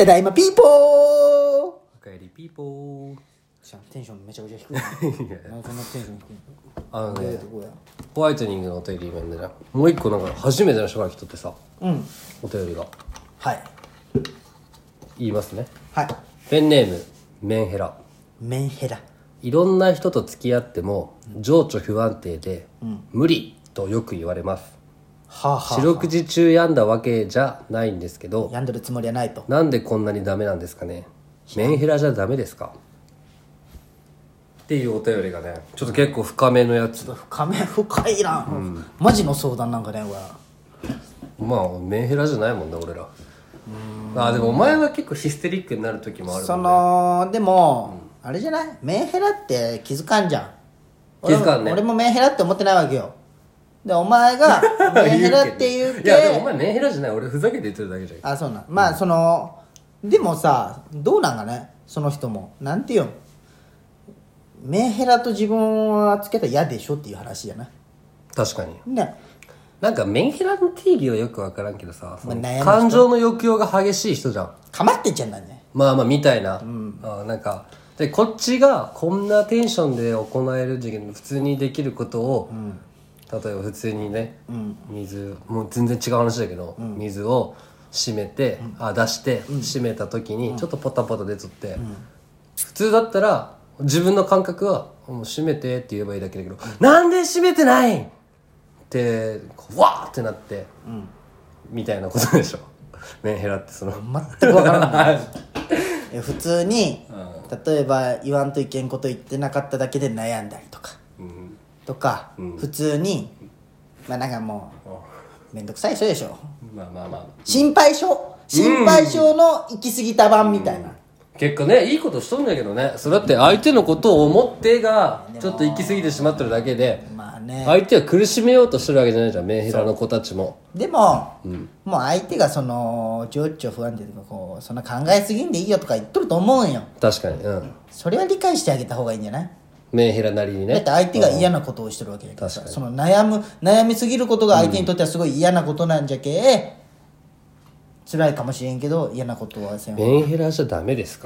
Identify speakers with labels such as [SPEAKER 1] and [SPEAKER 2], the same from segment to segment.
[SPEAKER 1] ただいまピーポー。
[SPEAKER 2] おかえりピーポー。
[SPEAKER 1] テンションめちゃくちゃ低いな。なんでそんなテンション低いの。
[SPEAKER 2] ねホワイトニングのお便り今ねもう一個なんか初めての人が来とってさ、お便りが
[SPEAKER 1] はい
[SPEAKER 2] 言いますね。
[SPEAKER 1] はい。
[SPEAKER 2] ペンネームメンヘラ。
[SPEAKER 1] メンヘラ。
[SPEAKER 2] いろんな人と付き合っても情緒不安定で、無理とよく言われます。
[SPEAKER 1] はあ、は
[SPEAKER 2] 四六時中病んだわけじゃないんですけど、
[SPEAKER 1] 病んでるつもりはないと。
[SPEAKER 2] なんでこんなにダメなんですかね。メンヘラじゃダメですかっていうお便りがね、ちょっと結構深めのやつ。
[SPEAKER 1] 深いな、マジの相談なんかねこれ。
[SPEAKER 2] まあメンヘラじゃないもんな俺ら。でもお前は結構ヒステリックになる時もあるもんね。
[SPEAKER 1] でも、あれじゃない、メンヘラって気づかんじゃん。
[SPEAKER 2] 気づかんね。
[SPEAKER 1] 俺もメンヘラって思ってないわけよ。でお前がメンヘラって言うけ
[SPEAKER 2] いやでもお前メンヘラじゃない、俺ふざけて言ってるだけじゃん。
[SPEAKER 1] あ、そうなん。まあでもさ、どうなんかね、その人もなんていうの、メンヘラと自分はつけたら嫌でしょっていう話じゃない。
[SPEAKER 2] 確かに
[SPEAKER 1] ね。
[SPEAKER 2] なんかメンヘラの定義はよく分からんけどさ、
[SPEAKER 1] まあ悩む人
[SPEAKER 2] 感情の抑揚が激しい人じゃん。
[SPEAKER 1] かまってちゃんだね。
[SPEAKER 2] まあみたいな、なんかでこっちがこんなテンションで行える時期普通にできることを、例えば普通にね、水もう全然違う話だけど、水を閉めて、出して閉めた時にちょっとポタポタ出とって、普通だったら自分の感覚はもう閉めてって言えばいいだけだけど、なんで閉めてないってわーってなって、みたいなことでしょメンヘラって。
[SPEAKER 1] 全く分からない普通に、例えば言わんといけんこと言ってなかっただけで悩んだりとか、普通にまあなんかもうめんどくさい人でしょ。
[SPEAKER 2] まあ
[SPEAKER 1] 心配性の行き過ぎた版みたいな、
[SPEAKER 2] 結構ねいいことしとんだけどね。それだって相手のことを思ってがちょっと行き過ぎてしまってるだけで、
[SPEAKER 1] まあね、
[SPEAKER 2] 相手は苦しめようとしてるわけじゃないじゃん、メンヘラの子たちも。
[SPEAKER 1] でも、もう相手がその情緒不安定とかこうそんな考えすぎんでいいよとか言っとると思うんよ。
[SPEAKER 2] 確かに、
[SPEAKER 1] それは理解してあげた方がいいんじゃない。
[SPEAKER 2] メンヘラなりにね。
[SPEAKER 1] だって相手が嫌なことをしてるわけだからさ、その悩みすぎることが相手にとってはすごい嫌なことなんじゃけ、辛いかもしれんけど嫌なことはせん。
[SPEAKER 2] メンヘラじゃダメですか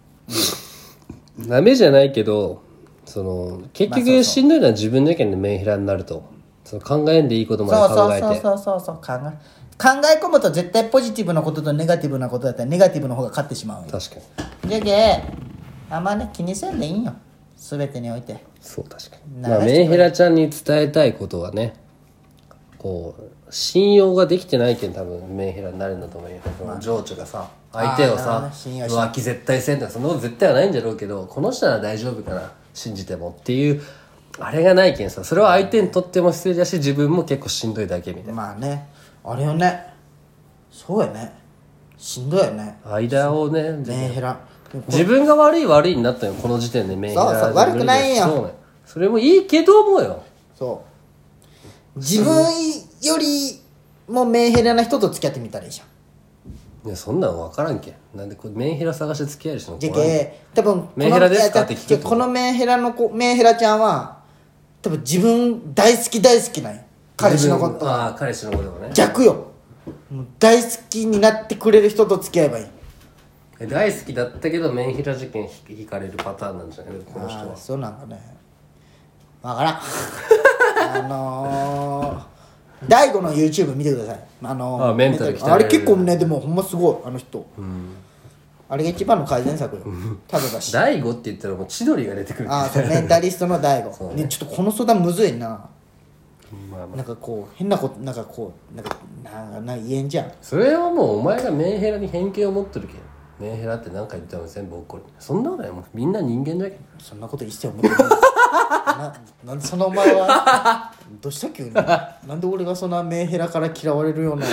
[SPEAKER 2] ダメじゃないけど、その結局しんどいのは自分だけでメンヘラになると、その考えんでいいことまで考えて、
[SPEAKER 1] そう考え込むと絶対ポジティブなこととネガティブなことだったらネガティブの方が勝ってしまうよ。
[SPEAKER 2] 確かに。
[SPEAKER 1] じゃけあんまね気にせんでいいんよ、全てにおいて。
[SPEAKER 2] そう確かに。メンヘラちゃんに伝えたいことはね、こう信用ができてないけん多分メンヘラになるんだと思うよ。その情緒がさ、相手をさ浮気絶対せんとかそんなこと絶対はないんだろうけど、この人なら大丈夫かな信じてもっていうあれがないけんさ、それは相手にとっても失礼だし自分も結構しんどいだけみたいな。
[SPEAKER 1] まあね、あれよね、そうやね、しんどいよね
[SPEAKER 2] 間をね、
[SPEAKER 1] メンヘラ。
[SPEAKER 2] 自分が悪いになったよこの時点で。メンヘラ
[SPEAKER 1] そう悪くないよ。
[SPEAKER 2] そうね、それもいいけどもよ。
[SPEAKER 1] そう自分よりもメンヘラな人と付き合ってみたらいいじゃん。
[SPEAKER 2] いやそんなん分からんけん。なんでこれメンヘラ探して付き合える人の
[SPEAKER 1] じゃけ多分
[SPEAKER 2] メンヘラですかって聞くと
[SPEAKER 1] このメンヘラちゃんは多分自分大好きなんよ、彼氏のこと。
[SPEAKER 2] 彼氏のこともね。
[SPEAKER 1] 逆よ、もう大好きになってくれる人と付き合えばいい。
[SPEAKER 2] 大好きだったけどメンヘラ事件引かれるパターンなんじゃないこの人は。
[SPEAKER 1] そうなんかね、分からん大悟の YouTube 見てください。
[SPEAKER 2] メンタル鍛えられる
[SPEAKER 1] あれ結構ね、でもほんますごいあの人、あれが一番の改善策よ、ただだし。
[SPEAKER 2] 大悟って言ったらもう千鳥が出てくる。
[SPEAKER 1] そうメンタリストの大悟、ね、ちょっとこの相談むずいな。なんかこう変なことなんか言えんじゃん。
[SPEAKER 2] それはもうお前がメンヘラに偏見を持ってるけん。メンヘラって何か言っても全部怒る。そんなことない、もうみんな人間だけど。
[SPEAKER 1] そんなこと一切思ってないなんでそのお前はどうした急になんで俺がそんなメンヘラから嫌われるような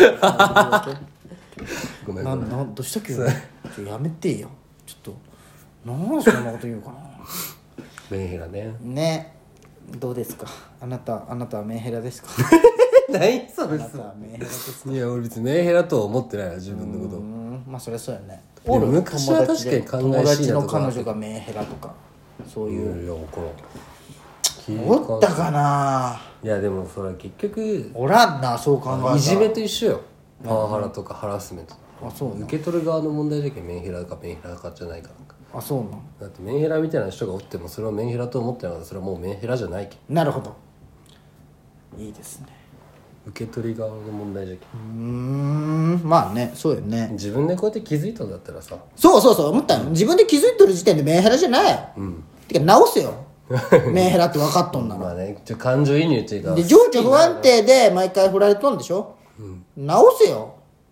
[SPEAKER 2] ごめん
[SPEAKER 1] どうした急にやめてよちょっと。なんでそんなこと言うかな
[SPEAKER 2] メンヘラ
[SPEAKER 1] ね。どうですか、あなたはメンヘラですか
[SPEAKER 2] 何それ。
[SPEAKER 1] あなたはメンヘラですか。
[SPEAKER 2] いや俺別にメンヘラとは思ってないよ自分のこと。
[SPEAKER 1] まあそりゃそうやね。
[SPEAKER 2] いや昔は確かに考えしいなとか。
[SPEAKER 1] 友達の彼女がメンヘラとかそういう、
[SPEAKER 2] いや分からん。
[SPEAKER 1] おったかな。
[SPEAKER 2] いやでもそれは結局
[SPEAKER 1] おらんな、そう考えたら
[SPEAKER 2] いじめと一緒よ。パワハラとかハラスメント。
[SPEAKER 1] あそうなん
[SPEAKER 2] 受け取る側の問題だけどメンヘラかメンヘラかじゃないかなんか
[SPEAKER 1] あそうなん
[SPEAKER 2] だってメンヘラみたいな人がおってもそれはメンヘラと思ってなかったらそれはもうメンヘラじゃないけ
[SPEAKER 1] なるほどいいですね
[SPEAKER 2] 受け取り側の問題じゃけ
[SPEAKER 1] まあねそうよね
[SPEAKER 2] 自分でこうやって気づいたんだったらさ
[SPEAKER 1] そう思ったよ自分で気づいとる時点でメンヘラじゃない、てか直せよメンヘラって分かっとんなら
[SPEAKER 2] まあね感情移入っていうか
[SPEAKER 1] で情緒不安定で毎回振られとんでしょ、直せよ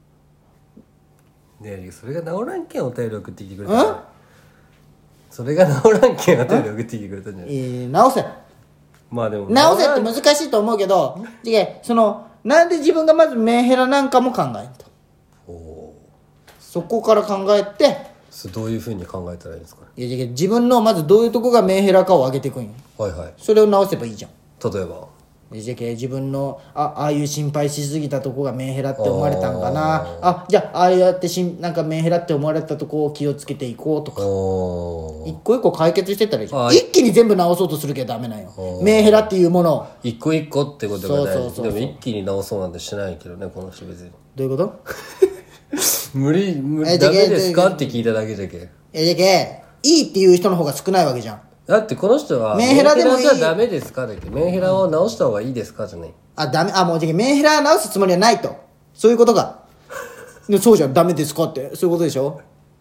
[SPEAKER 2] ねえそれが治らんけんお便り送ってきてくれたそれが治らんけんお便り送ってきてくれたんじゃない
[SPEAKER 1] 直せ
[SPEAKER 2] まあでも
[SPEAKER 1] 直せって難しいと思うけどなんで自分がまずメンヘラなんかも考えんとそこから考えて
[SPEAKER 2] どういうふうに考えたらいいんですかね
[SPEAKER 1] 自分のまずどういうとこがメンヘラかを上げていくんよ
[SPEAKER 2] はいはい
[SPEAKER 1] それを直せばいいじゃん
[SPEAKER 2] 例えば
[SPEAKER 1] 自分のああいう心配しすぎたとこがメンヘラって思われたんかなじゃあああやってなんかメンヘラって思われたとこを気をつけていこうとか一個一個解決してったらいいじゃん一気に全部直そうとするけどダメなんよメンヘラっていうものを
[SPEAKER 2] 一個一個ってことが大事
[SPEAKER 1] そう
[SPEAKER 2] でも一気に直そうなんてしないけどねこの人別に
[SPEAKER 1] どういうこと
[SPEAKER 2] 無理ダメですかって聞いただけじゃけ
[SPEAKER 1] いいっていう人の方が少ないわけじゃん
[SPEAKER 2] だってこの人は
[SPEAKER 1] メンヘラでもいい
[SPEAKER 2] じゃダメですかだけどメンヘラを直した方がいいですかじゃない
[SPEAKER 1] ダメもうメンヘラ直すつもりはないとそういうことがそうじゃんダメですかってそういうことでしょ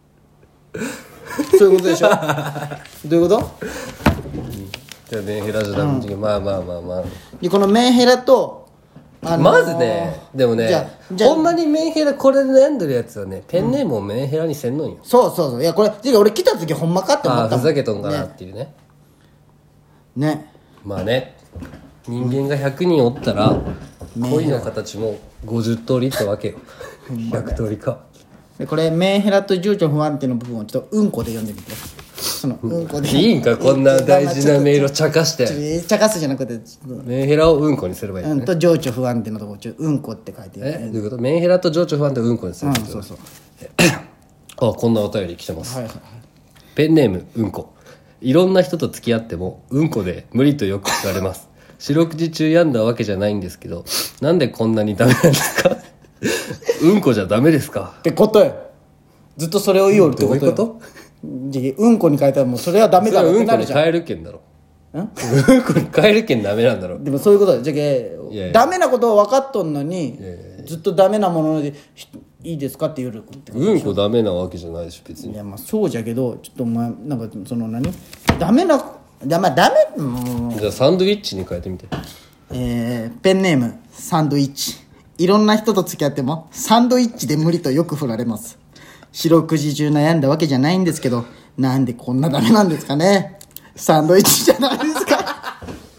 [SPEAKER 1] そういうことでしょどういうこと
[SPEAKER 2] じゃあメンヘラじゃダメ、まあ
[SPEAKER 1] でこのメンヘラと
[SPEAKER 2] まずねでもねほんまにメンヘラこれで悩んでるやつはねペンネームをメンヘラにせんのんよ、
[SPEAKER 1] そういやこれ俺来た時ほんまかって思ったもん
[SPEAKER 2] ふざけとんかなっていうねまあね人間が100人おったら恋の形も50通りってわけよ100通りか
[SPEAKER 1] でこれメンヘラと情緒不安定の部分をちょっとうんこで読んでみてそのうんこで
[SPEAKER 2] いいんかこんな大事なメールを茶化して
[SPEAKER 1] 茶化すじゃなくて
[SPEAKER 2] メンヘラをうんこにすればいいね
[SPEAKER 1] と情緒不安定のとこうんこって書いて
[SPEAKER 2] どういうことメンヘラと情緒不安定をうんこにするってこと
[SPEAKER 1] そう
[SPEAKER 2] こんなお便り来てます、ペンネームうんこいろんな人と付き合ってもうんこで無理とよく聞かれます四六時中病んだわけじゃないんですけどなんでこんなにダメなんですかうんこじゃダメですか
[SPEAKER 1] ってことよずっとそれを言おるってことよ
[SPEAKER 2] どういうこと
[SPEAKER 1] うんこに変えたらもうそれはダメだろってなるじゃん
[SPEAKER 2] うんこに変えるけんだろうんこに変えるけんダメなんだろ
[SPEAKER 1] でもそういうことだダメなことは分かっとんのにずっとダメなものでいいですかって言うってこと
[SPEAKER 2] うんこダメなわけじゃないでしょ別に
[SPEAKER 1] いやそうじゃけどちょっとお前なんかそのダメなダメ
[SPEAKER 2] じゃあサンドイッチに変えてみて
[SPEAKER 1] ペンネームサンドイッチいろんな人と付き合ってもサンドイッチで無理とよく振られます四六時中悩んだわけじゃないんですけどなんでこんなダメなんですかねサンドイッチじゃないですか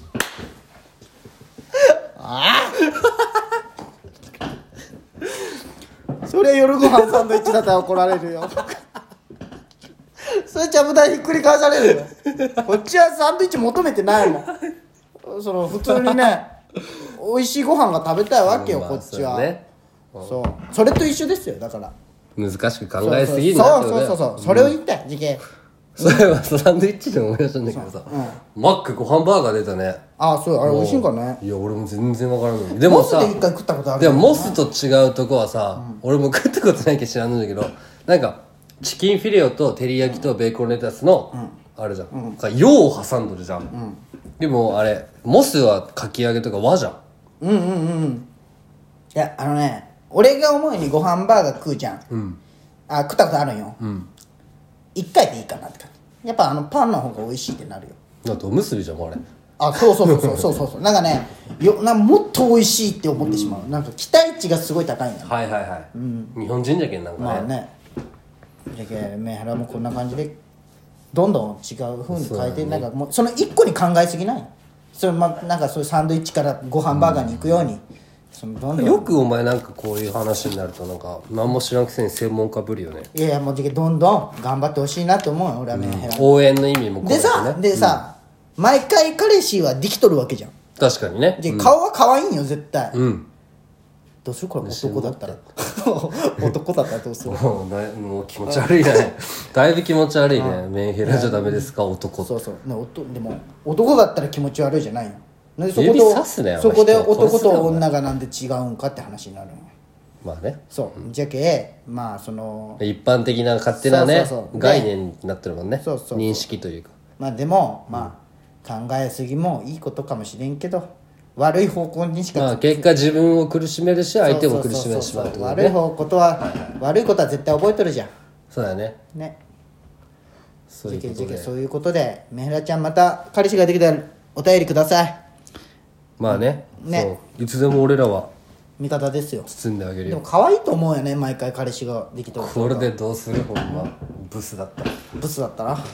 [SPEAKER 1] それ夜ご飯サンドイッチだったら怒られるよそれちゃぶ台ひっくり返されるよこっちはサンドイッチ求めてないもん普通にね美味しいご飯が食べたいわけよ、こっちはそうそれと一緒ですよだから
[SPEAKER 2] 難しく考えすぎるなってことだよ
[SPEAKER 1] そうそれを言った事件
[SPEAKER 2] それはサンドイッチで思い出したんだけどさ、マックご飯バーガー出たね
[SPEAKER 1] そうあれ美味しいんかね
[SPEAKER 2] いや俺も全然わからんのでもさ
[SPEAKER 1] モスで一回食ったことある
[SPEAKER 2] でもモスと違うとこはさ、俺も食ったことないけど知らんのだけどなんかチキンフィレオと照り焼きとベーコンレタスの、あれじゃん、洋を挟んどるじゃん、でもあれモスはかき揚げとか和じゃん
[SPEAKER 1] いや俺が思うにご飯バーガー食うじゃん、食ったことあるんよ、1回でいいかなって感じやっぱパンの方が美味しいってなるよ
[SPEAKER 2] だっておむすびじゃんもうあれ
[SPEAKER 1] そうなんかねもっと美味しいって思ってしまう、なんか期待値がすごい高いんだ
[SPEAKER 2] はい、日本人じゃけんなんかね
[SPEAKER 1] まあねじゃけメンヘラもこんな感じでどんどん違う風に変えて、なんかもうその1個に考えすぎないなんかそういうサンドイッチからご飯バーガーに行くように、どんどん
[SPEAKER 2] よくお前なんかこういう話になるとなんか何も知らんくせに専門家ぶりよね
[SPEAKER 1] いやもうどんどん頑張ってほしいなって思うよ俺はメンヘラ、
[SPEAKER 2] 応援の意味も込めてね
[SPEAKER 1] でさ、毎回彼氏はできとるわけじゃん
[SPEAKER 2] 確かにね
[SPEAKER 1] 顔は可愛いんよ絶対どうするこれ男だったら男だったらどうする
[SPEAKER 2] もう気持ち悪いねだいぶ気持ち悪いねメンヘラじゃダメですか男って
[SPEAKER 1] そうでも男だったら気持ち悪いじゃないの
[SPEAKER 2] 指さすね
[SPEAKER 1] そこで男と女がなんで違うんかって話になるの
[SPEAKER 2] まあね
[SPEAKER 1] そうじゃけまあその
[SPEAKER 2] 一般的な勝手なね
[SPEAKER 1] そう
[SPEAKER 2] 概念になってるもんね。
[SPEAKER 1] そうそうそう
[SPEAKER 2] 認識というか。
[SPEAKER 1] まあでもまあ考えすぎもいいことかもしれんけど悪い方向にしか
[SPEAKER 2] まあ結果自分を苦しめるし相手も苦しめてしまうってことね。
[SPEAKER 1] 悪いことは悪いことは絶対覚えとるじゃん
[SPEAKER 2] そうだね。
[SPEAKER 1] ね
[SPEAKER 2] そういうことで。
[SPEAKER 1] そういうことでメヘラちゃんまた彼氏ができたらお便りください。
[SPEAKER 2] まあね。
[SPEAKER 1] ね
[SPEAKER 2] そういつでも俺らは
[SPEAKER 1] 味方ですよ。
[SPEAKER 2] 包んであげるよ。
[SPEAKER 1] でも可愛いと思うよね毎回彼氏ができたら。
[SPEAKER 2] これでどうするほんまブスだったら。
[SPEAKER 1] ブスだったら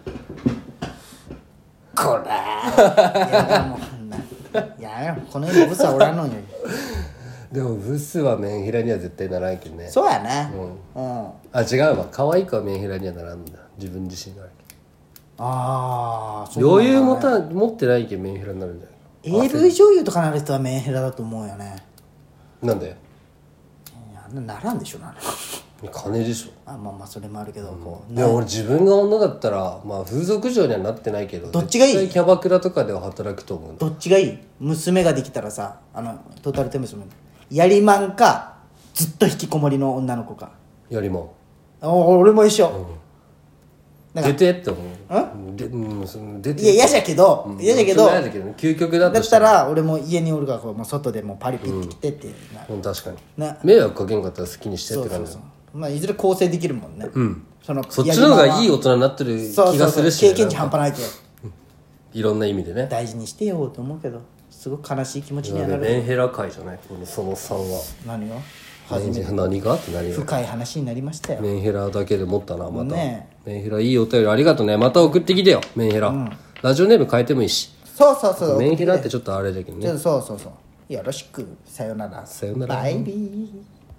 [SPEAKER 1] こらーやだもんなやめろこの世にブスはおらんのに
[SPEAKER 2] でもブスはメンヘラには絶対ならんけどね。
[SPEAKER 1] そうやね
[SPEAKER 2] あ違うわ可愛い子はメンヘラにはならんだ自分自身が。
[SPEAKER 1] ああそう
[SPEAKER 2] 余裕持ってないけどメンヘラになるんじゃないか。
[SPEAKER 1] AV 女優とかなる人はメンヘラだと思うよね。
[SPEAKER 2] なんで
[SPEAKER 1] いやならんでしょな
[SPEAKER 2] 金でしょ。
[SPEAKER 1] あまあまあそれもあるけど、こう
[SPEAKER 2] いや俺自分が女だったらまあ風俗嬢にはなってないけど
[SPEAKER 1] どっちがいい
[SPEAKER 2] 絶対キャバクラとかでは働くと思う。
[SPEAKER 1] どっちがいい？娘ができたらさトータルテンボスもやりまんかずっと引きこもりの女の子か。
[SPEAKER 2] よりも
[SPEAKER 1] 俺も一緒、だから
[SPEAKER 2] 出てって思う。でその出て
[SPEAKER 1] いや嫌じゃけど、嫌じゃけど
[SPEAKER 2] 嫌だけどね究極だ
[SPEAKER 1] だっ
[SPEAKER 2] としたた
[SPEAKER 1] ら俺も家におるからもう外でもうパリピってきてってなる、
[SPEAKER 2] 確かに
[SPEAKER 1] な
[SPEAKER 2] 迷惑かけんかったら好きにしてっ
[SPEAKER 1] そう
[SPEAKER 2] て感じ。
[SPEAKER 1] そうそうまあいずれ構成できるもんね、そっ
[SPEAKER 2] そっちの方がいい大人になってる気がするしね
[SPEAKER 1] 経験値半端ないけど
[SPEAKER 2] いろんな意味でね。
[SPEAKER 1] 大事にしてよと思うけどすごく悲しい気持ちにはなる。
[SPEAKER 2] メンヘラ界じゃないこのその3は。
[SPEAKER 1] 何が初めて
[SPEAKER 2] 何がって何が
[SPEAKER 1] 深い話になりましたよ。
[SPEAKER 2] メンヘラだけで持ったなまた、
[SPEAKER 1] ね
[SPEAKER 2] メンヘラいいお便りありがとうね。また送ってきてよメンヘラ、ラジオネーム変えてもいいし。
[SPEAKER 1] そうそうそう
[SPEAKER 2] メンヘラってちょっとあれだけどね。
[SPEAKER 1] そうそうそうよろしくさよなら
[SPEAKER 2] さよなら
[SPEAKER 1] バイビー。